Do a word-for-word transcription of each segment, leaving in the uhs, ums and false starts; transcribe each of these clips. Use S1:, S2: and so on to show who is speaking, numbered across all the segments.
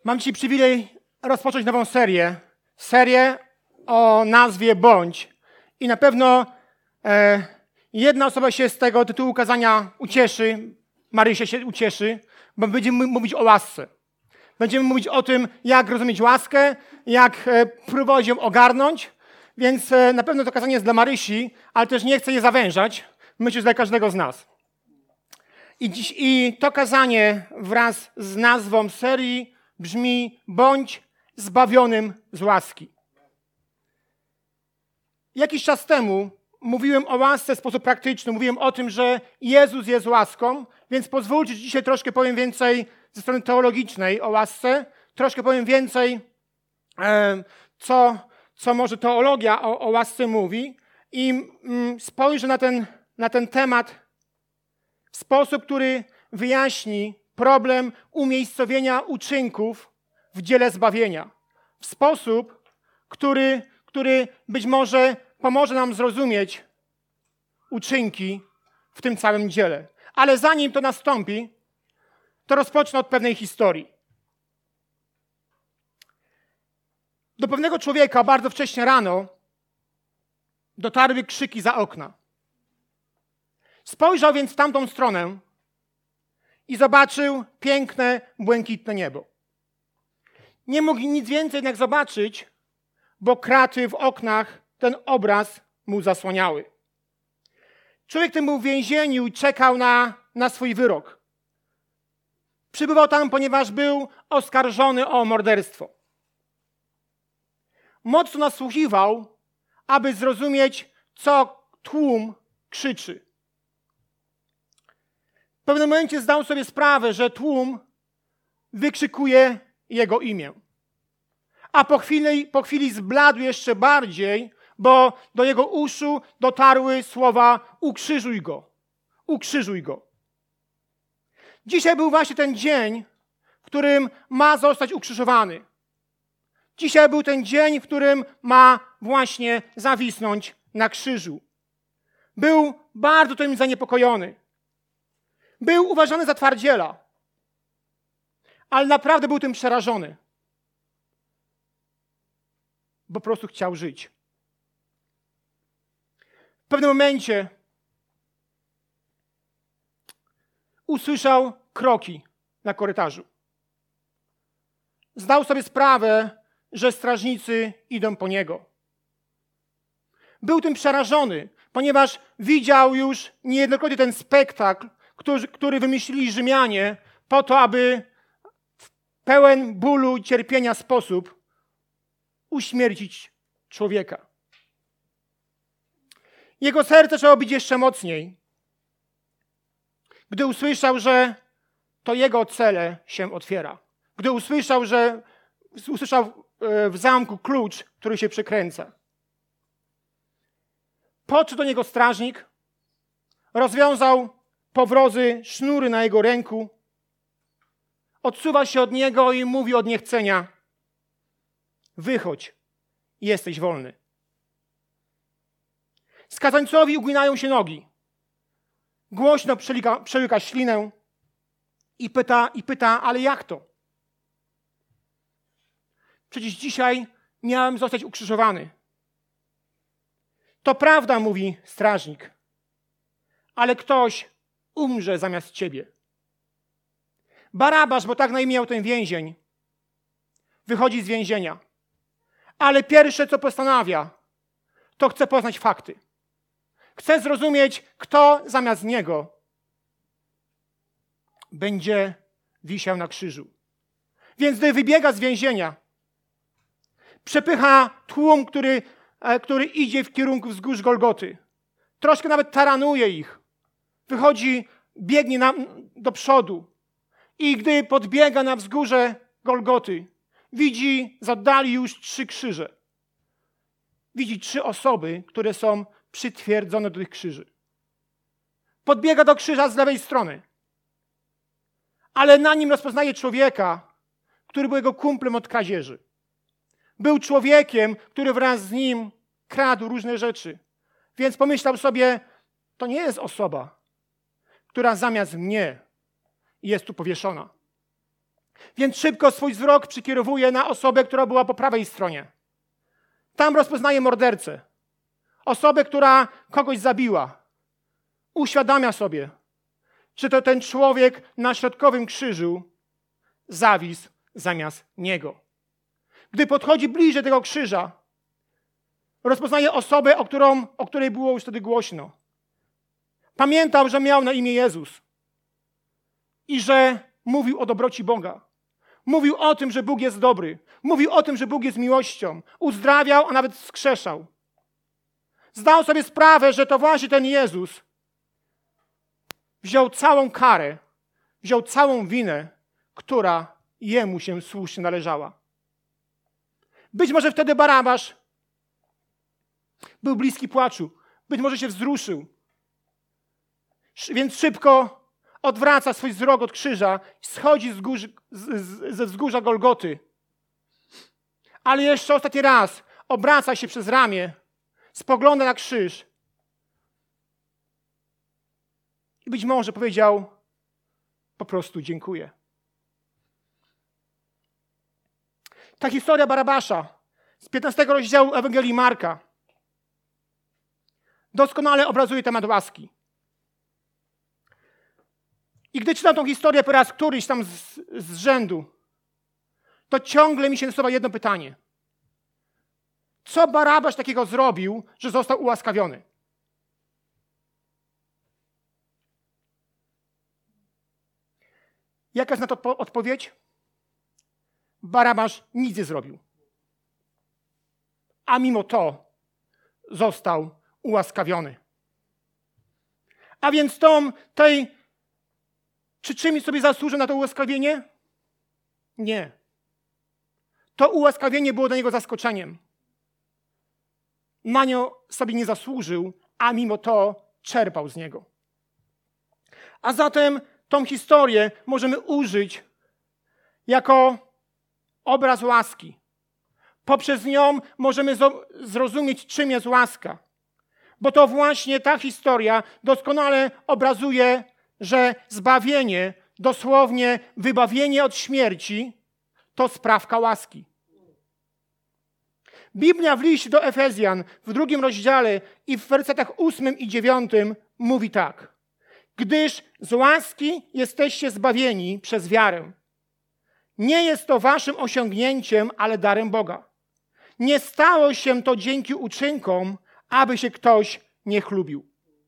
S1: Mam dzisiaj przywilej rozpocząć nową serię. Serię o nazwie Bądź. I na pewno e, jedna osoba się z tego tytułu kazania ucieszy, Marysia się ucieszy, bo będziemy mówić o łasce. Będziemy mówić o tym, jak rozumieć łaskę, jak e, próbować ją ogarnąć. Więc e, na pewno to kazanie jest dla Marysi, ale też nie chcę je zawężać. Myślę, że dla każdego z nas. I, dziś, I to kazanie wraz z nazwą serii brzmi Bądź zbawionym z łaski. Jakiś czas temu mówiłem o łasce w sposób praktyczny. Mówiłem o tym, że Jezus jest łaską, więc pozwólcie, że dzisiaj troszkę powiem więcej ze strony teologicznej o łasce. Troszkę powiem więcej, e, co, co może teologia o, o łasce mówi. I mm, spojrzę na ten, na ten temat w sposób, który wyjaśni problem umiejscowienia uczynków w dziele zbawienia. W sposób, który, który być może pomoże nam zrozumieć uczynki w tym całym dziele. Ale zanim to nastąpi, to rozpocznę od pewnej historii. Do pewnego człowieka bardzo wcześnie rano dotarły krzyki za okna. Spojrzał więc w tamtą stronę i zobaczył piękne, błękitne niebo. Nie mógł nic więcej jednak zobaczyć, bo kraty w oknach ten obraz mu zasłaniały. Człowiek ten był w więzieniu i czekał na, na swój wyrok. Przybywał tam, ponieważ był oskarżony o morderstwo. Mocno nasłuchiwał, aby zrozumieć, co tłum krzyczy. W pewnym momencie zdał sobie sprawę, że tłum wykrzykuje jego imię. A po chwili, po chwili zbladł jeszcze bardziej, bo do jego uszu dotarły słowa ukrzyżuj go, ukrzyżuj go. Dzisiaj był właśnie ten dzień, w którym ma zostać ukrzyżowany. Dzisiaj był ten dzień, w którym ma właśnie zawisnąć na krzyżu. Był bardzo tym zaniepokojony. Był uważany za twardziela, ale naprawdę był tym przerażony, bo po prostu chciał żyć. W pewnym momencie usłyszał kroki na korytarzu. Zdał sobie sprawę, że strażnicy idą po niego. Był tym przerażony, ponieważ widział już niejednokrotnie ten spektakl, który, który wymyślili Rzymianie po to, aby w pełen bólu i cierpienia sposób uśmiercić człowieka. Jego serce zaczęło bić jeszcze mocniej, gdy usłyszał, że to jego cele się otwiera. Gdy usłyszał, że usłyszał w zamku klucz, który się przekręca. Podszedł do niego strażnik, rozwiązał powrozy, sznury na jego ręku, odsuwa się od niego i mówi od niechcenia: wychodź, jesteś wolny. Skazańcowi uginają się nogi. Głośno przelika, przełyka ślinę i pyta, i pyta, ale jak to? Przecież dzisiaj miałem zostać ukrzyżowany. To prawda, mówi strażnik, ale ktoś umrze zamiast ciebie. Barabasz, bo tak na imię miał ten więzień, wychodzi z więzienia. Ale pierwsze, co postanawia, to chce poznać fakty. Chce zrozumieć, kto zamiast niego będzie wisiał na krzyżu. Więc gdy wybiega z więzienia, przepycha tłum, który, który idzie w kierunku wzgórz Golgoty. Troszkę nawet taranuje ich. Wychodzi, biegnie na, do przodu. I gdy podbiega na wzgórze Golgoty, widzi z oddali już trzy krzyże. Widzi trzy osoby, które są przytwierdzone do tych krzyży. Podbiega do krzyża z lewej strony. Ale na nim rozpoznaje człowieka, który był jego kumplem od kradzieży. Był człowiekiem, który wraz z nim kradł różne rzeczy. Więc pomyślał sobie, to nie jest osoba, która zamiast mnie jest tu powieszona. Więc szybko swój wzrok przykierowuje na osobę, która była po prawej stronie. Tam rozpoznaje mordercę. Osobę, która kogoś zabiła. Uświadamia sobie, że to ten człowiek na środkowym krzyżu zawisł zamiast niego. Gdy podchodzi bliżej tego krzyża, rozpoznaje osobę, o, którą, o której było już wtedy głośno. Pamiętał, że miał na imię Jezus i że mówił o dobroci Boga. Mówił o tym, że Bóg jest dobry. Mówił o tym, że Bóg jest miłością. Uzdrawiał, a nawet wskrzeszał. Zdał sobie sprawę, że to właśnie ten Jezus wziął całą karę, wziął całą winę, która Jemu się słusznie należała. Być może wtedy Barabasz był bliski płaczu. Być może się wzruszył. Więc szybko odwraca swój wzrok od krzyża i schodzi z górzy, z, z, ze wzgórza Golgoty. Ale jeszcze ostatni raz obraca się przez ramię, spogląda na krzyż i być może powiedział po prostu dziękuję. Ta historia Barabasza z piętnastego rozdziału Ewangelii Marka doskonale obrazuje temat łaski. I gdy czytam tą historię po raz któryś tam z, z rzędu, to ciągle mi się nasuwa jedno pytanie. Co Barabasz takiego zrobił, że został ułaskawiony? Jaka jest na to odpowiedź? Barabasz nic nie zrobił. A mimo to został ułaskawiony. A więc Tom tej, czy czymś sobie zasłużył na to ułaskawienie? Nie. To ułaskawienie było dla niego zaskoczeniem. Na nią sobie nie zasłużył, a mimo to czerpał z niego. A zatem tą historię możemy użyć jako obraz łaski. Poprzez nią możemy zrozumieć, czym jest łaska. Bo to właśnie ta historia doskonale obrazuje, że zbawienie, dosłownie wybawienie od śmierci, to sprawka łaski. Biblia w liście do Efezjan w drugim rozdziale i w wersetach ósmym i dziewiątym mówi tak. Gdyż z łaski jesteście zbawieni przez wiarę. Nie jest to waszym osiągnięciem, ale darem Boga. Nie stało się to dzięki uczynkom, aby się ktoś nie chlubił.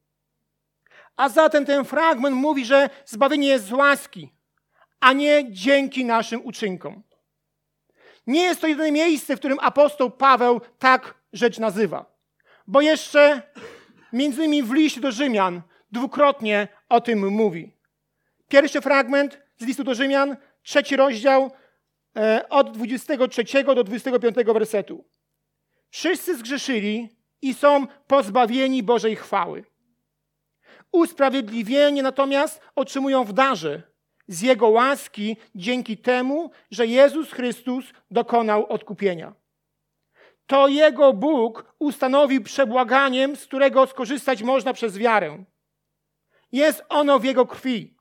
S1: A zatem ten fragment mówi, że zbawienie jest z łaski, a nie dzięki naszym uczynkom. Nie jest to jedyne miejsce, w którym apostoł Paweł tak rzecz nazywa. Bo jeszcze między innymi w liście do Rzymian dwukrotnie o tym mówi. Pierwszy fragment z listu do Rzymian, trzeci rozdział e, od dwudziestego trzeciego do dwudziestego piątego wersetu. Wszyscy zgrzeszyli i są pozbawieni Bożej chwały. Usprawiedliwienie natomiast otrzymują w darze z Jego łaski dzięki temu, że Jezus Chrystus dokonał odkupienia. To Jego Bóg ustanowił przebłaganiem, z którego skorzystać można przez wiarę. Jest ono w Jego krwi.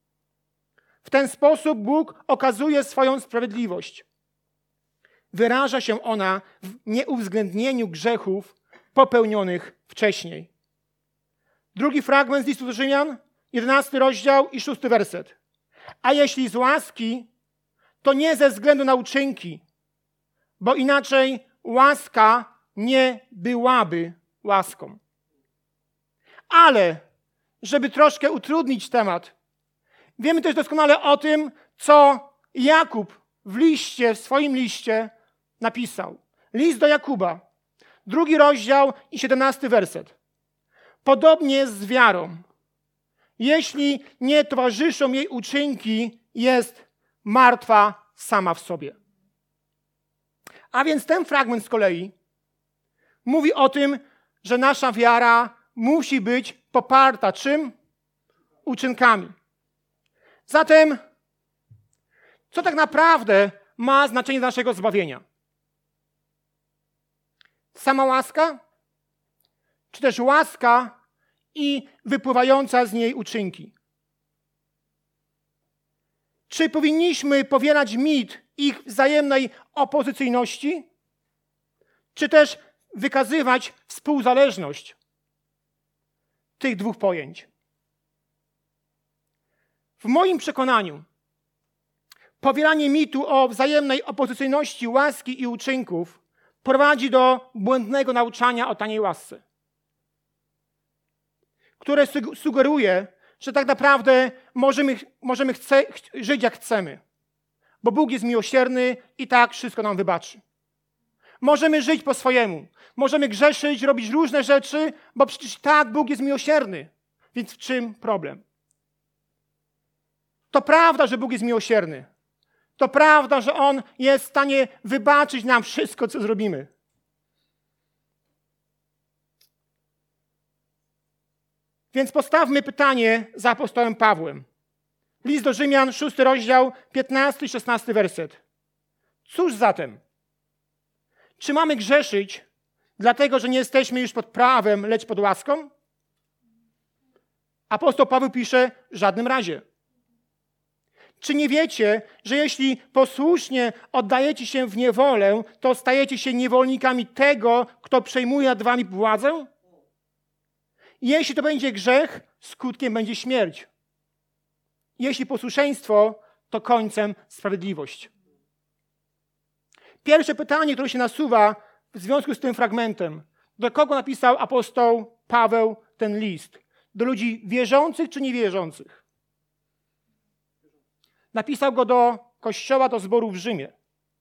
S1: W ten sposób Bóg okazuje swoją sprawiedliwość. Wyraża się ona w nieuwzględnieniu grzechów popełnionych wcześniej. Drugi fragment z listu do Rzymian, jedenasty rozdział i szósty werset. A jeśli z łaski, to nie ze względu na uczynki, bo inaczej łaska nie byłaby łaską. Ale, żeby troszkę utrudnić temat, wiemy też doskonale o tym, co Jakub w liście, w swoim liście napisał. List do Jakuba, drugi rozdział i siedemnasty werset. Podobnie jest z wiarą. Jeśli nie towarzyszą jej uczynki, jest martwa sama w sobie. A więc ten fragment z kolei mówi o tym, że nasza wiara musi być poparta czym? Uczynkami. Zatem, co tak naprawdę ma znaczenie naszego zbawienia? Sama łaska? Czy też łaska i wypływająca z niej uczynki? Czy powinniśmy powielać mit ich wzajemnej opozycyjności? Czy też wykazywać współzależność tych dwóch pojęć? W moim przekonaniu powielanie mitu o wzajemnej opozycyjności łaski i uczynków prowadzi do błędnego nauczania o taniej łasce, które sugeruje, że tak naprawdę możemy, możemy chce, żyć jak chcemy, bo Bóg jest miłosierny i tak wszystko nam wybaczy. Możemy żyć po swojemu, możemy grzeszyć, robić różne rzeczy, bo przecież tak Bóg jest miłosierny. Więc w czym problem? To prawda, że Bóg jest miłosierny. To prawda, że On jest w stanie wybaczyć nam wszystko, co zrobimy. Więc postawmy pytanie za apostołem Pawłem. List do Rzymian, szósty rozdział, piętnasty i szesnasty werset. Cóż zatem? Czy mamy grzeszyć, dlatego że nie jesteśmy już pod prawem, lecz pod łaską? Apostoł Paweł pisze, w żadnym razie. Czy nie wiecie, że jeśli posłusznie oddajecie się w niewolę, to stajecie się niewolnikami tego, kto przejmuje nad wami władzę? Jeśli to będzie grzech, skutkiem będzie śmierć. Jeśli posłuszeństwo, to końcem sprawiedliwość. Pierwsze pytanie, które się nasuwa w związku z tym fragmentem. Do kogo napisał apostoł Paweł ten list? Do ludzi wierzących czy niewierzących? Napisał go do kościoła, do zboru w Rzymie.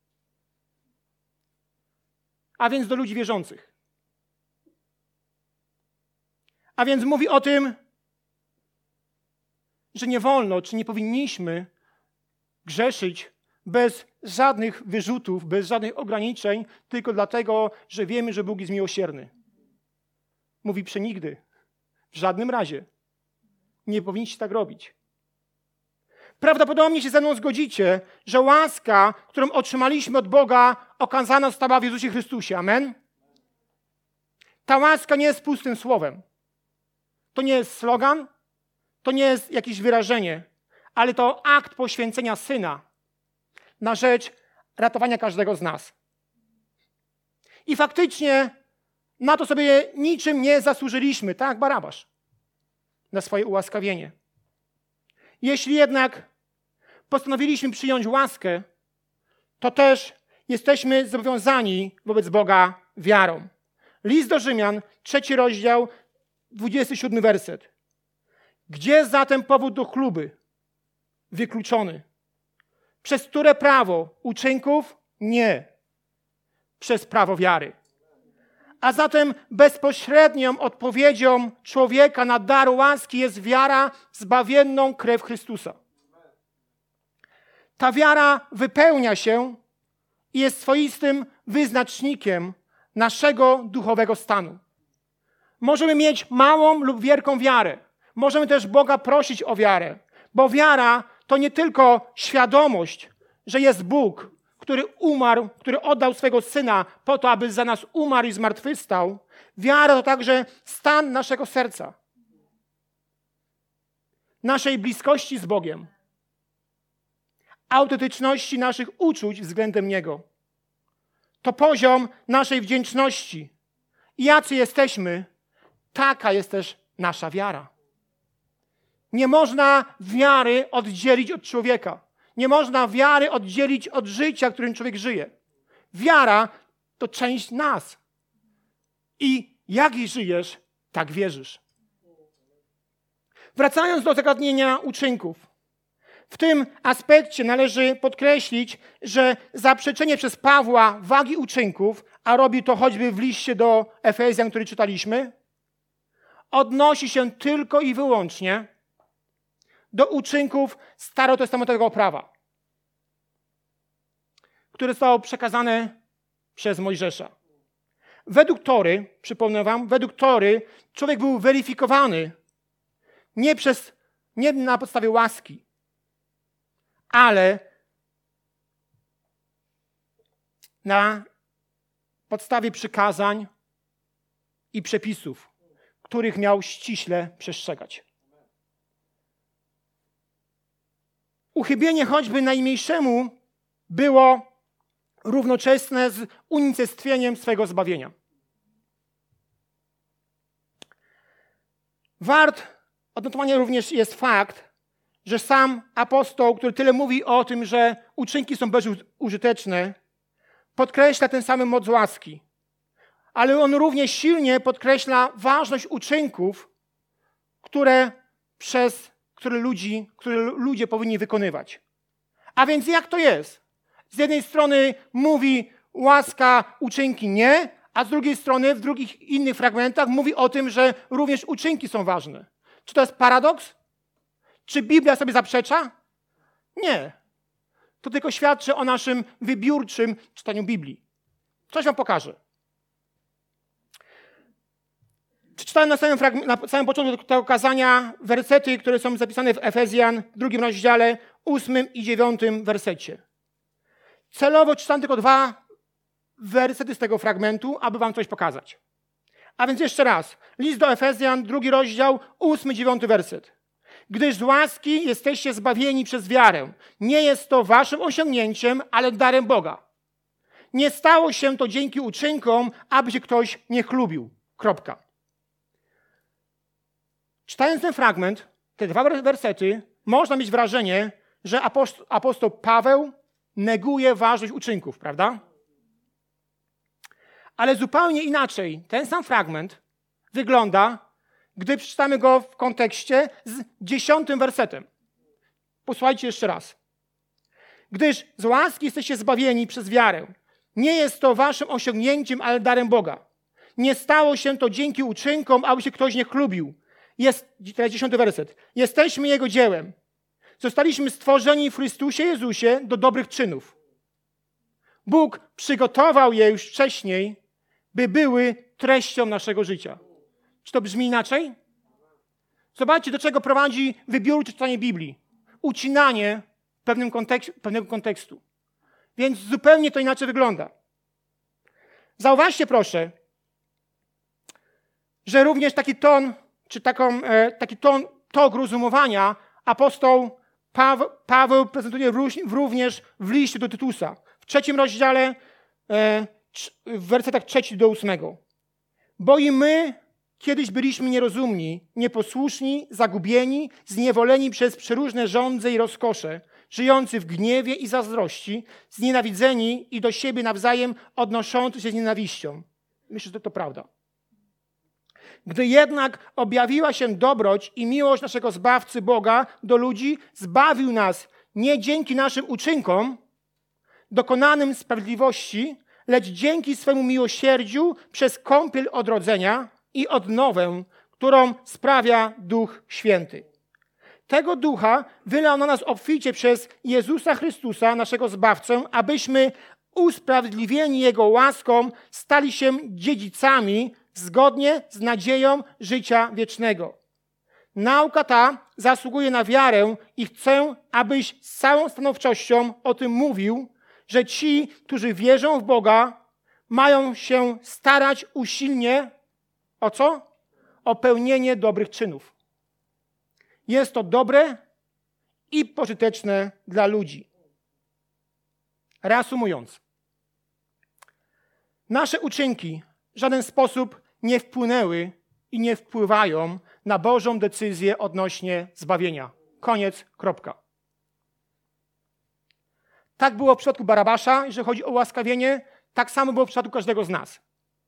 S1: A więc do ludzi wierzących. A więc mówi o tym, że nie wolno, czy nie powinniśmy grzeszyć bez żadnych wyrzutów, bez żadnych ograniczeń, tylko dlatego, że wiemy, że Bóg jest miłosierny. Mówi przenigdy. W żadnym razie. Nie powinniście tak robić. Prawdopodobnie się ze mną zgodzicie, że łaska, którą otrzymaliśmy od Boga, okazana została w Jezusie Chrystusie. Amen? Ta łaska nie jest pustym słowem. To nie jest slogan, to nie jest jakieś wyrażenie, ale to akt poświęcenia Syna na rzecz ratowania każdego z nas. I faktycznie na to sobie niczym nie zasłużyliśmy, tak jak Barabasz, na swoje ułaskawienie. Jeśli jednak postanowiliśmy przyjąć łaskę, to też jesteśmy zobowiązani wobec Boga wiarą. List do Rzymian, trzeci rozdział, dwudziesty siódmy werset. Gdzie zatem powód do chluby? Wykluczony. Przez które prawo? Uczynków? Nie. Przez prawo wiary. A zatem bezpośrednią odpowiedzią człowieka na dar łaski jest wiara w zbawienną krew Chrystusa. Ta wiara wypełnia się i jest swoistym wyznacznikiem naszego duchowego stanu. Możemy mieć małą lub wielką wiarę. Możemy też Boga prosić o wiarę, bo wiara to nie tylko świadomość, że jest Bóg, który umarł, który oddał swego Syna po to, aby za nas umarł i zmartwychwstał. Wiara to także stan naszego serca, naszej bliskości z Bogiem, autentyczności naszych uczuć względem Niego. To poziom naszej wdzięczności. Jacy jesteśmy, taka jest też nasza wiara. Nie można wiary oddzielić od człowieka. Nie można wiary oddzielić od życia, którym człowiek żyje. Wiara to część nas. I jak żyjesz, tak wierzysz. Wracając do zagadnienia uczynków. W tym aspekcie należy podkreślić, że zaprzeczenie przez Pawła wagi uczynków, a robi to choćby w liście do Efezjan, który czytaliśmy, odnosi się tylko i wyłącznie do uczynków starotestamentowego prawa, które zostało przekazane przez Mojżesza. Według Tory, przypomnę wam, według Tory człowiek był weryfikowany nie, przez, nie na podstawie łaski, ale na podstawie przykazań i przepisów, których miał ściśle przestrzegać. uchybienie choćby najmniejszemu było równoczesne z unicestwieniem swego zbawienia. Wart odnotowania również jest fakt, że sam apostoł, który tyle mówi o tym, że uczynki są bezużyteczne, podkreśla ten sam moc łaski. Ale on równie silnie podkreśla ważność uczynków, które przez które, ludzi, które ludzie powinni wykonywać. A więc jak to jest? Z jednej strony mówi łaska, uczynki nie, a z drugiej strony w drugich innych fragmentach mówi o tym, że również uczynki są ważne. Czy to jest paradoks? Czy Biblia sobie zaprzecza? Nie. To tylko świadczy o naszym wybiórczym czytaniu Biblii. Coś wam pokażę. Przeczytałem na samym, na samym początku tego kazania wersety, które są zapisane w Efezjan w drugim rozdziale, ósmym i dziewiątym wersecie. Celowo czytam tylko dwa wersety z tego fragmentu, aby wam coś pokazać. A więc jeszcze raz. List do Efezjan, drugi rozdział, ósmy, dziewiąty werset. Gdyż z łaski jesteście zbawieni przez wiarę. Nie jest to waszym osiągnięciem, ale darem Boga. Nie stało się to dzięki uczynkom, aby się ktoś nie chlubił. Kropka. Czytając ten fragment, te dwa wersety, można mieć wrażenie, że apostoł, apostoł Paweł neguje ważność uczynków, prawda? Ale zupełnie inaczej ten sam fragment wygląda, gdy przeczytamy go w kontekście z dziesiątym wersetem. Posłuchajcie jeszcze raz. Gdyż z łaski jesteście zbawieni przez wiarę. Nie jest to waszym osiągnięciem, ale darem Boga. Nie stało się to dzięki uczynkom, aby się ktoś nie chlubił. Jest, teraz dziesiąty werset. Jesteśmy Jego dziełem. Zostaliśmy stworzeni w Chrystusie Jezusie do dobrych czynów. Bóg przygotował je już wcześniej, by były treścią naszego życia. Czy to brzmi inaczej? Zobaczcie, do czego prowadzi wybiórcze czytanie Biblii. Ucinanie pewnym kontekst, pewnego kontekstu. Więc zupełnie to inaczej wygląda. Zauważcie proszę, że również taki ton, czy taką, e, taki ton, tok rozumowania apostoł Paweł, Paweł prezentuje również w liście do Tytusa. W trzecim rozdziale, e, w wersetach trzeci do ósmego. Bo i my kiedyś byliśmy nierozumni, nieposłuszni, zagubieni, zniewoleni przez przeróżne żądze i rozkosze, żyjący w gniewie i zazdrości, znienawidzeni i do siebie nawzajem odnoszący się z nienawiścią. Myślę, że to prawda. Gdy jednak objawiła się dobroć i miłość naszego Zbawcy Boga do ludzi, zbawił nas nie dzięki naszym uczynkom dokonanym sprawiedliwości, lecz dzięki swemu miłosierdziu przez kąpiel odrodzenia i odnowę, którą sprawia Duch Święty. Tego Ducha wylał na nas obficie przez Jezusa Chrystusa, naszego Zbawcę, abyśmy usprawiedliwieni Jego łaską stali się dziedzicami zgodnie z nadzieją życia wiecznego. Nauka ta zasługuje na wiarę i chcę, abyś z całą stanowczością o tym mówił, że ci, którzy wierzą w Boga, mają się starać usilnie o co? O pełnienie dobrych czynów. Jest to dobre i pożyteczne dla ludzi. Reasumując, nasze uczynki w żaden sposób nie wpłynęły i nie wpływają na Bożą decyzję odnośnie zbawienia. Koniec, kropka. Tak było w przypadku Barabasza, jeżeli chodzi o ułaskawienie, tak samo było w przypadku każdego z nas.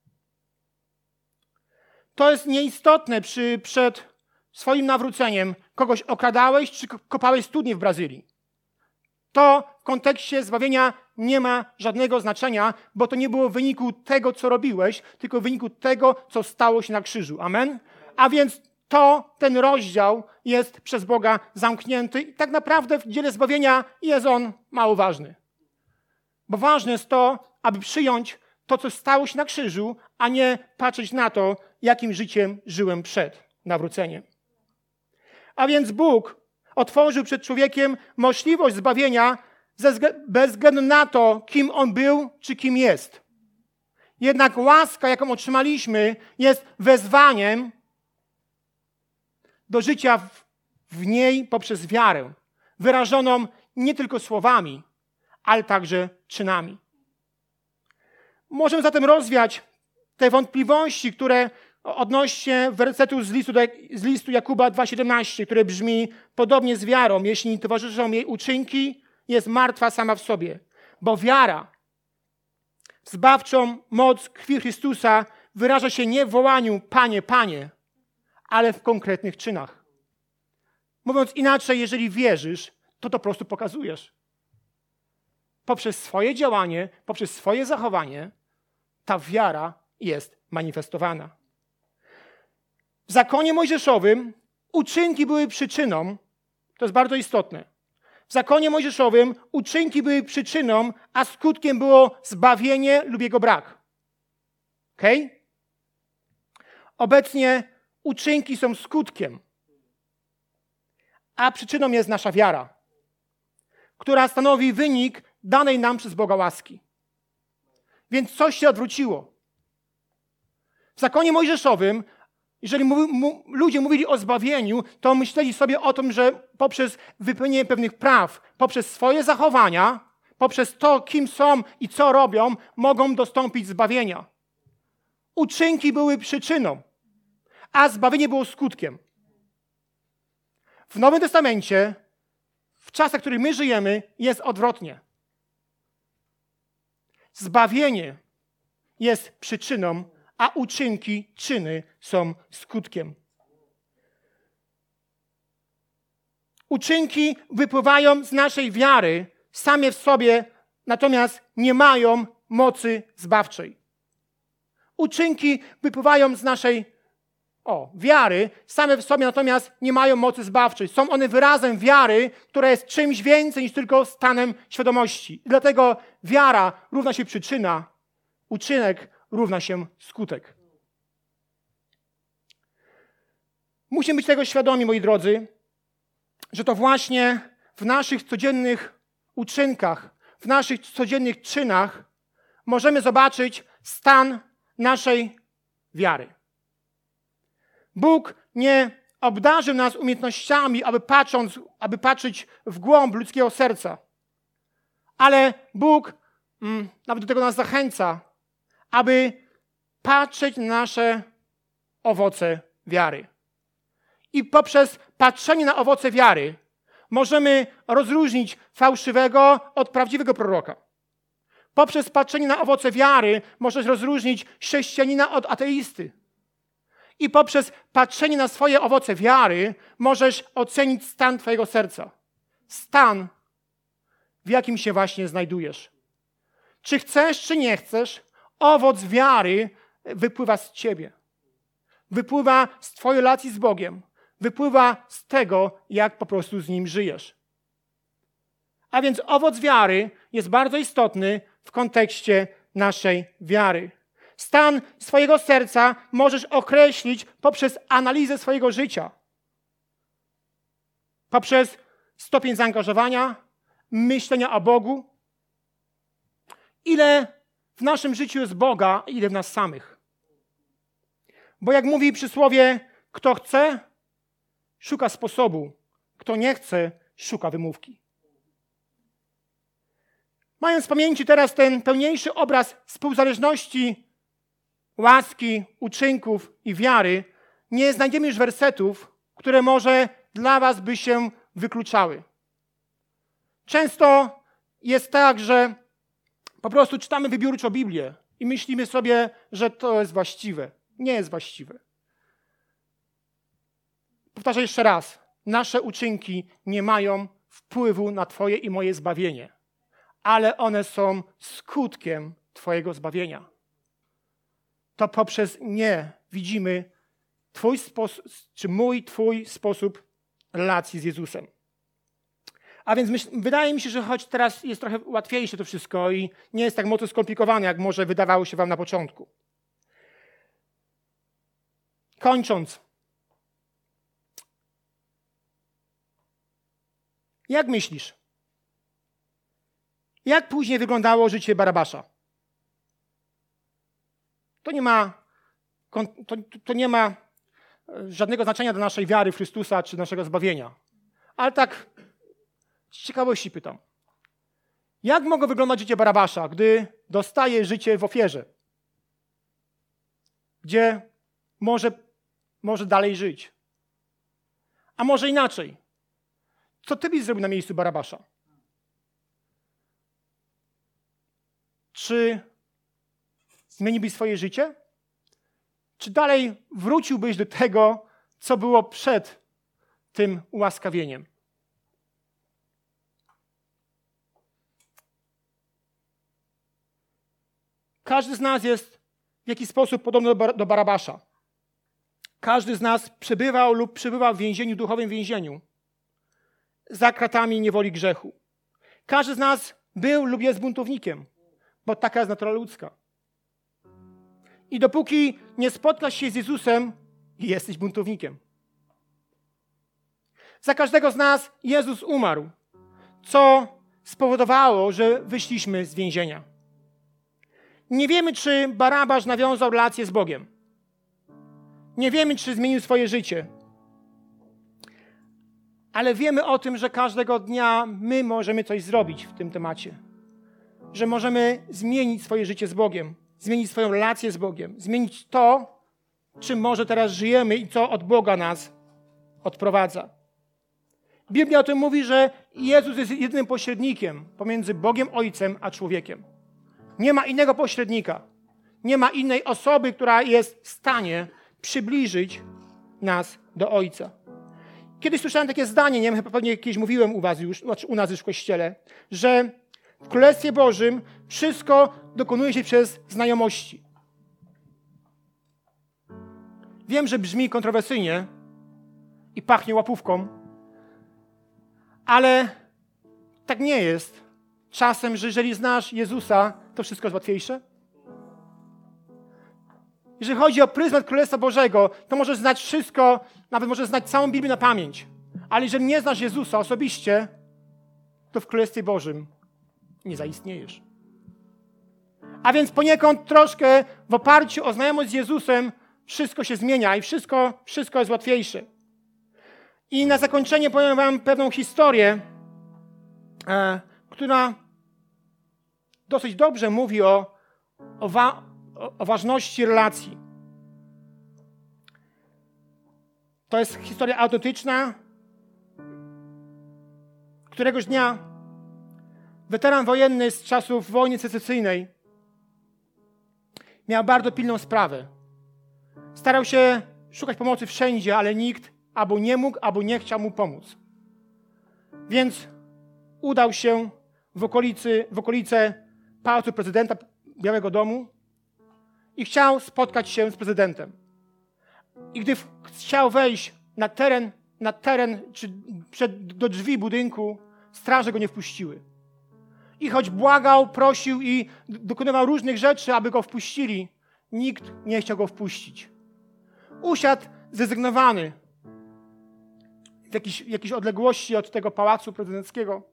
S1: To jest nieistotne przy, przed swoim nawróceniem. Kogoś okradałeś, czy kopałeś studnie w Brazylii. To w kontekście zbawienia nie ma żadnego znaczenia, bo to nie było w wyniku tego, co robiłeś, tylko w wyniku tego, co stało się na krzyżu. Amen? A więc to, ten rozdział jest przez Boga zamknięty i tak naprawdę w dziele zbawienia jest on mało ważny. Bo ważne jest to, aby przyjąć to, co stało się na krzyżu, a nie patrzeć na to, jakim życiem żyłem przed nawróceniem. A więc Bóg otworzył przed człowiekiem możliwość zbawienia bez względu na to, kim on był, czy kim jest. Jednak łaska, jaką otrzymaliśmy, jest wezwaniem do życia w, w niej poprzez wiarę, wyrażoną nie tylko słowami, ale także czynami. Możemy zatem rozwiać te wątpliwości, które odnośnie wersetu z listu, do, z listu Jakuba dwa siedemnaście, które brzmi: podobnie z wiarą, jeśli nie towarzyszą jej uczynki, jest martwa sama w sobie. Bo wiara w zbawczą moc krwi Chrystusa wyraża się nie w wołaniu Panie, Panie, ale w konkretnych czynach. Mówiąc inaczej, jeżeli wierzysz, to to po prostu pokazujesz. Poprzez swoje działanie, poprzez swoje zachowanie ta wiara jest manifestowana. W zakonie mojżeszowym uczynki były przyczyną, to jest bardzo istotne, w zakonie mojżeszowym uczynki były przyczyną, a skutkiem było zbawienie lub jego brak. Okej? Okay? Obecnie uczynki są skutkiem, a przyczyną jest nasza wiara, która stanowi wynik danej nam przez Boga łaski. Więc coś się odwróciło. W zakonie mojżeszowym, jeżeli mówi, mu, ludzie mówili o zbawieniu, to myśleli sobie o tym, że poprzez wypełnienie pewnych praw, poprzez swoje zachowania, poprzez to, kim są i co robią, mogą dostąpić zbawienia. Uczynki były przyczyną, a zbawienie było skutkiem. W Nowym Testamencie, w czasach, w których my żyjemy, jest odwrotnie. Zbawienie jest przyczyną, a uczynki, czyny są skutkiem. Uczynki wypływają z naszej wiary same w sobie, natomiast nie mają mocy zbawczej. Uczynki wypływają z naszej o, wiary same w sobie, natomiast nie mają mocy zbawczej. Są one wyrazem wiary, która jest czymś więcej niż tylko stanem świadomości. I dlatego wiara równa się przyczyna, uczynek równa się skutek. Musimy być tego świadomi, moi drodzy, że to właśnie w naszych codziennych uczynkach, w naszych codziennych czynach możemy zobaczyć stan naszej wiary. Bóg nie obdarzył nas umiejętnościami, aby, patrząc, aby patrzeć w głąb ludzkiego serca. Ale Bóg mm, nawet do tego nas zachęca, aby patrzeć na nasze owoce wiary. I poprzez patrzenie na owoce wiary możemy rozróżnić fałszywego od prawdziwego proroka. Poprzez patrzenie na owoce wiary możesz rozróżnić chrześcijanina od ateisty. I poprzez patrzenie na swoje owoce wiary możesz ocenić stan twojego serca. Stan, w jakim się właśnie znajdujesz. Czy chcesz, czy nie chcesz, owoc wiary wypływa z ciebie. Wypływa z twojej relacji z Bogiem. Wypływa z tego, jak po prostu z Nim żyjesz. A więc owoc wiary jest bardzo istotny w kontekście naszej wiary. Stan swojego serca możesz określić poprzez analizę swojego życia. Poprzez stopień zaangażowania, myślenia o Bogu. Ile w naszym życiu jest Boga, ile w nas samych. Bo jak mówi przysłowie, kto chce, szuka sposobu. Kto nie chce, szuka wymówki. Mając w pamięci teraz ten pełniejszy obraz współzależności, łaski, uczynków i wiary, nie znajdziemy już wersetów, które może dla was by się wykluczały. Często jest tak, że po prostu czytamy wybiórczo Biblię i myślimy sobie, że to jest właściwe. Nie jest właściwe. Powtarzam jeszcze raz. Nasze uczynki nie mają wpływu na twoje i moje zbawienie, ale one są skutkiem twojego zbawienia. To poprzez nie widzimy twój sposób, czy mój, twój sposób relacji z Jezusem. A więc myśl, wydaje mi się, że choć teraz jest trochę łatwiejsze to wszystko i nie jest tak mocno skomplikowane, jak może wydawało się wam na początku. Kończąc. Jak myślisz? Jak później wyglądało życie Barabasza? To nie ma, to, to nie ma żadnego znaczenia dla naszej wiary w Chrystusa czy naszego zbawienia. Ale tak Z ciekawości pytam. Jak mogło wyglądać życie Barabasza, gdy dostaje życie w ofierze? Gdzie może, może dalej żyć? A może inaczej? Co ty byś zrobił na miejscu Barabasza? Czy zmieniłbyś swoje życie? Czy dalej wróciłbyś do tego, co było przed tym ułaskawieniem? Każdy z nas jest w jakiś sposób podobny do Barabasza. Każdy z nas przebywał lub przebywał w więzieniu, duchowym więzieniu, za kratami niewoli grzechu. Każdy z nas był lub jest buntownikiem, bo taka jest natura ludzka. I dopóki nie spotkasz się z Jezusem, jesteś buntownikiem. Za każdego z nas Jezus umarł, co spowodowało, że wyszliśmy z więzienia. Nie wiemy, czy Barabasz nawiązał relację z Bogiem. Nie wiemy, czy zmienił swoje życie. Ale wiemy o tym, że każdego dnia my możemy coś zrobić w tym temacie. Że możemy zmienić swoje życie z Bogiem, zmienić swoją relację z Bogiem, zmienić to, czym może teraz żyjemy i co od Boga nas odprowadza. Biblia o tym mówi, że Jezus jest jedynym pośrednikiem pomiędzy Bogiem Ojcem a człowiekiem. Nie ma innego pośrednika. Nie ma innej osoby, która jest w stanie przybliżyć nas do Ojca. Kiedyś słyszałem takie zdanie, nie wiem, chyba pewnie kiedyś mówiłem u was już, znaczy u nas już w Kościele, że w Królestwie Bożym wszystko dokonuje się przez znajomości. Wiem, że brzmi kontrowersyjnie i pachnie łapówką, ale tak nie jest. Czasem, że jeżeli znasz Jezusa, to wszystko jest łatwiejsze. Jeżeli chodzi o pryzmat Królestwa Bożego, to możesz znać wszystko, nawet możesz znać całą Biblię na pamięć. Ale jeżeli nie znasz Jezusa osobiście, to w Królestwie Bożym nie zaistniejesz. A więc poniekąd troszkę w oparciu o znajomość z Jezusem wszystko się zmienia i wszystko, wszystko jest łatwiejsze. I na zakończenie powiem wam pewną historię, e, która dosyć dobrze mówi o, o, wa, o, o ważności relacji. To jest historia autentyczna. Któregoś dnia weteran wojenny z czasów wojny secesyjnej miał bardzo pilną sprawę. Starał się szukać pomocy wszędzie, ale nikt albo nie mógł, albo nie chciał mu pomóc. Więc udał się w, okolicy, w okolice pałacu prezydenta Białego Domu i chciał spotkać się z prezydentem. I gdy chciał wejść na teren, na teren czy przed, do drzwi budynku, straże go nie wpuściły. I choć błagał, prosił i dokonywał różnych rzeczy, aby go wpuścili, nikt nie chciał go wpuścić. Usiadł zrezygnowany w jakiejś, jakiejś odległości od tego pałacu prezydenckiego.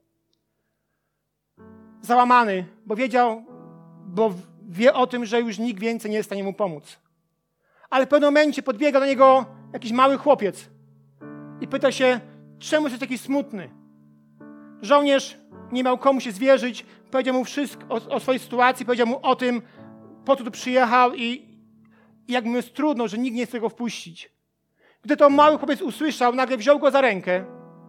S1: Załamany, bo wiedział, bo wie o tym, że już nikt więcej nie jest w stanie mu pomóc. Ale w pewnym momencie podbiega do niego jakiś mały chłopiec i pyta się, czemu jesteś taki smutny? Żołnierz nie miał komu się zwierzyć, powiedział mu wszystko o, o swojej sytuacji, powiedział mu o tym, po co tu przyjechał i, i jak mu jest trudno, że nikt nie chce go wpuścić. Gdy to mały chłopiec usłyszał, nagle wziął go za rękę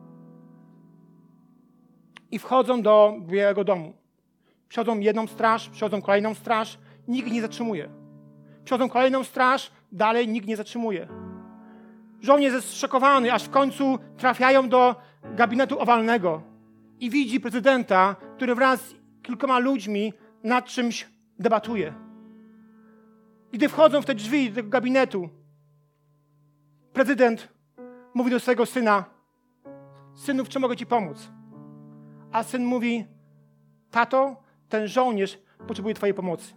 S1: i wchodzą do Białego Domu. Przychodzą jedną straż, przychodzą kolejną straż, nikt nie zatrzymuje. Przychodzą kolejną straż, dalej nikt nie zatrzymuje. Żołnierz jest zszokowany, aż w końcu trafiają do gabinetu owalnego i widzi prezydenta, który wraz z kilkoma ludźmi nad czymś debatuje. Gdy wchodzą w te drzwi do tego gabinetu, prezydent mówi do swojego syna, synu, w czym mogę ci pomóc? A syn mówi, tato, ten żołnierz potrzebuje twojej pomocy.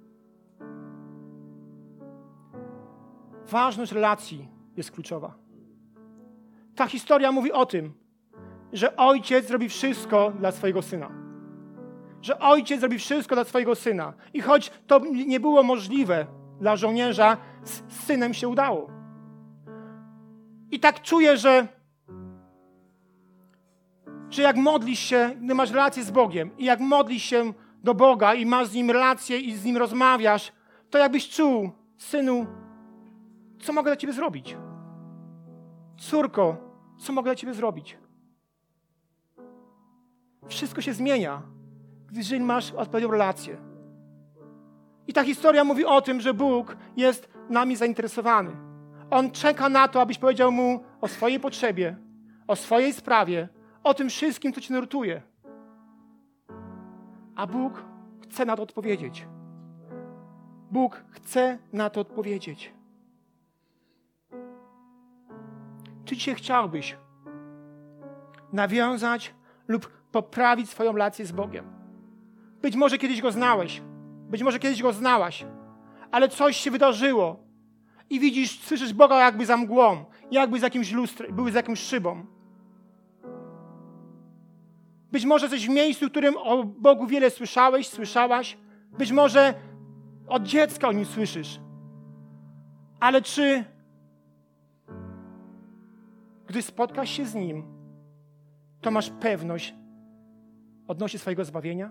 S1: Ważność relacji jest kluczowa. Ta historia mówi o tym, że ojciec robi wszystko dla swojego syna. Że ojciec robi wszystko dla swojego syna. I choć to nie było możliwe dla żołnierza, z synem się udało. I tak czuję, że że jak modlisz się, gdy masz relację z Bogiem i jak modlisz się do Boga i masz z Nim relację i z Nim rozmawiasz, to jakbyś czuł, synu, co mogę dla Ciebie zrobić? Córko, co mogę dla Ciebie zrobić? Wszystko się zmienia, jeżeli masz odpowiednią relację. I ta historia mówi o tym, że Bóg jest nami zainteresowany. On czeka na to, abyś powiedział Mu o swojej potrzebie, o swojej sprawie, o tym wszystkim, co Cię nurtuje. A Bóg chce na to odpowiedzieć. Bóg chce na to odpowiedzieć. Czy dzisiaj chciałbyś nawiązać lub poprawić swoją relację z Bogiem? Być może kiedyś Go znałeś, być może kiedyś Go znałaś, ale coś się wydarzyło i widzisz, słyszysz Boga jakby za mgłą, jakby z jakimś lustrem, były z jakąś szybą. Być może jesteś w miejscu, w którym o Bogu wiele słyszałeś, słyszałaś. Być może od dziecka o Nim słyszysz. Ale czy gdy spotkasz się z Nim, to masz pewność odnośnie swojego zbawienia?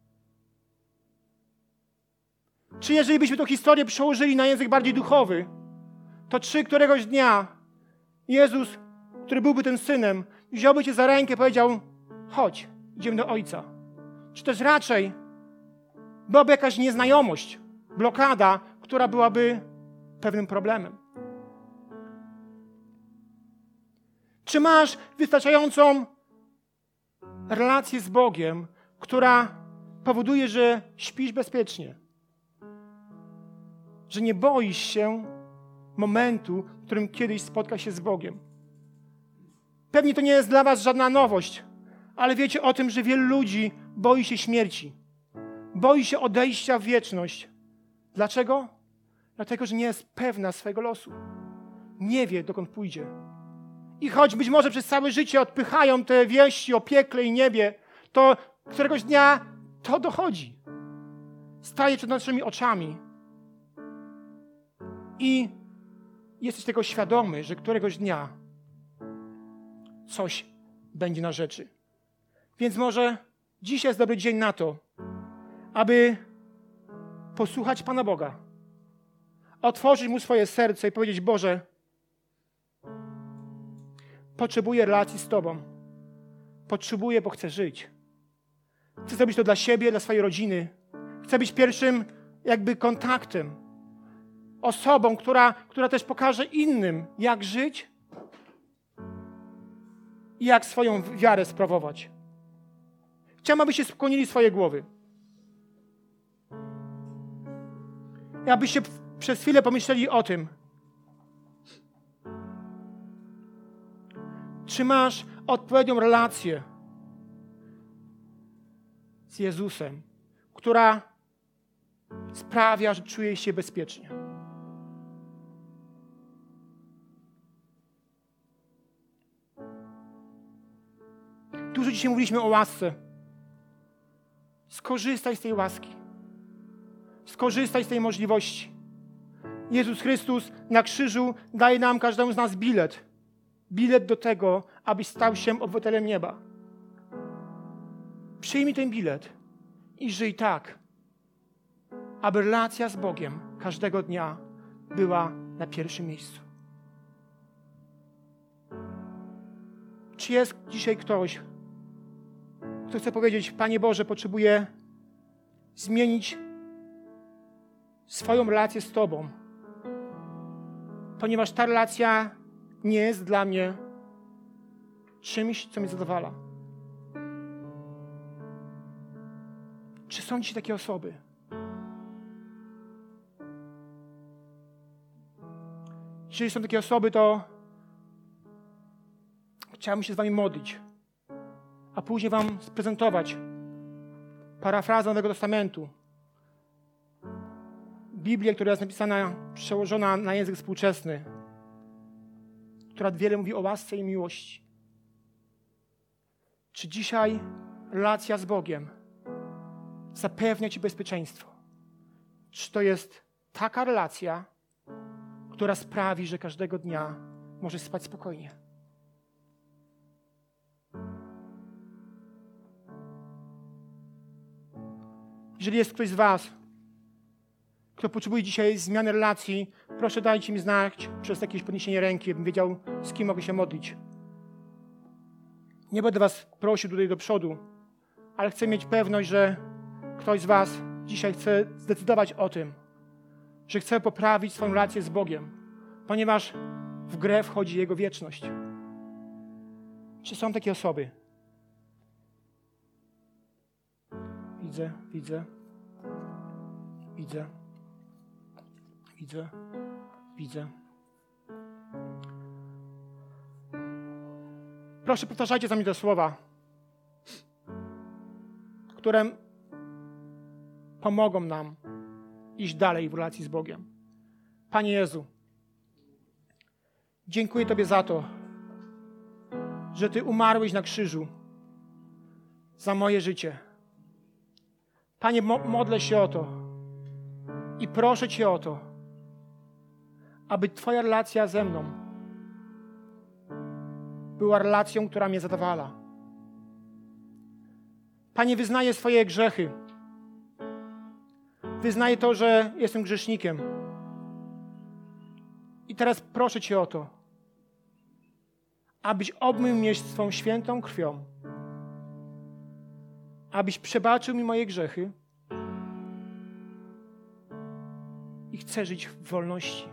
S1: Czy jeżeli byśmy tę historię przełożyli na język bardziej duchowy, to czy któregoś dnia Jezus, który byłby tym Synem, wziąłby Cię za rękę i powiedział: chodź, idziemy do Ojca. Czy też raczej byłaby jakaś nieznajomość, blokada, która byłaby pewnym problemem? Czy masz wystarczającą relację z Bogiem, która powoduje, że śpisz bezpiecznie? Że nie boisz się momentu, w którym kiedyś spotkasz się z Bogiem? Pewnie to nie jest dla was żadna nowość, ale wiecie o tym, że wielu ludzi boi się śmierci. Boi się odejścia w wieczność. Dlaczego? Dlatego, że nie jest pewna swojego losu. Nie wie, dokąd pójdzie. I choć być może przez całe życie odpychają te wieści o piekle i niebie, to któregoś dnia to dochodzi. Staje przed naszymi oczami. I jesteś tego świadomy, że któregoś dnia coś będzie na rzeczy. Więc może dzisiaj jest dobry dzień na to, aby posłuchać Pana Boga, otworzyć Mu swoje serce i powiedzieć: Boże, potrzebuję relacji z Tobą. Potrzebuję, bo chcę żyć. Chcę zrobić to dla siebie, dla swojej rodziny. Chcę być pierwszym jakby kontaktem. Osobą, która, która też pokaże innym, jak żyć i jak swoją wiarę sprawować. Chciałbym, abyście skłonili swoje głowy. I abyście przez chwilę pomyśleli o tym, czy masz odpowiednią relację z Jezusem, która sprawia, że czujesz się bezpiecznie. Dużo dzisiaj mówiliśmy o łasce. Skorzystaj z tej łaski. Skorzystaj z tej możliwości. Jezus Chrystus na krzyżu daje nam, każdemu z nas, bilet. Bilet do tego, abyś stał się obywatelem nieba. Przyjmij ten bilet i żyj tak, aby relacja z Bogiem każdego dnia była na pierwszym miejscu. Czy jest dzisiaj ktoś, kto chce powiedzieć: Panie Boże, potrzebuję zmienić swoją relację z Tobą, ponieważ ta relacja nie jest dla mnie czymś, co mnie zadowala. Czy są dzisiaj takie osoby? Jeżeli są takie osoby, to chciałbym się z wami modlić, a później wam sprezentować parafrazę Nowego Testamentu. Biblię, która jest napisana, przełożona na język współczesny, która wiele mówi o łasce i miłości. Czy dzisiaj relacja z Bogiem zapewnia ci bezpieczeństwo? Czy to jest taka relacja, która sprawi, że każdego dnia możesz spać spokojnie? Jeżeli jest ktoś z was, kto potrzebuje dzisiaj zmiany relacji, proszę dajcie mi znać przez jakieś podniesienie ręki, abym wiedział, z kim mogę się modlić. Nie będę was prosił tutaj do przodu, ale chcę mieć pewność, że ktoś z was dzisiaj chce zdecydować o tym, że chce poprawić swoją relację z Bogiem, ponieważ w grę wchodzi Jego wieczność. Czy są takie osoby? Widzę, widzę, widzę, widzę, widzę. Proszę, powtarzajcie za mnie te słowa, które pomogą nam iść dalej w relacji z Bogiem. Panie Jezu, dziękuję Tobie za to, że Ty umarłeś na krzyżu za moje życie. Panie, mo- modlę się o to i proszę Cię o to, aby Twoja relacja ze mną była relacją, która mnie zadowala. Panie, wyznaję swoje grzechy. Wyznaję to, że jestem grzesznikiem. I teraz proszę Cię o to, abyś obmył mnie swą świętą krwią, abyś przebaczył mi moje grzechy i chcę żyć w wolności.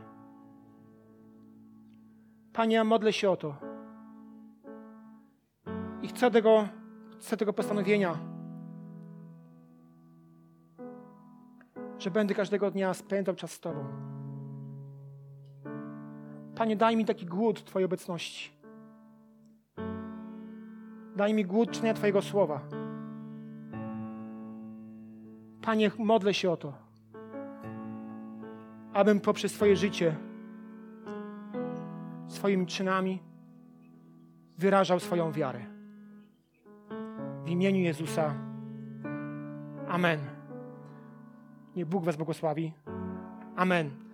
S1: Panie, ja modlę się o to i chcę tego, chcę tego postanowienia, że będę każdego dnia spędzał czas z Tobą. Panie, daj mi taki głód Twojej obecności. Daj mi głód czynienia Twojego słowa. Panie, modlę się o to, abym poprzez swoje życie, swoimi czynami wyrażał swoją wiarę. W imieniu Jezusa. Amen. Niech Bóg was błogosławi. Amen.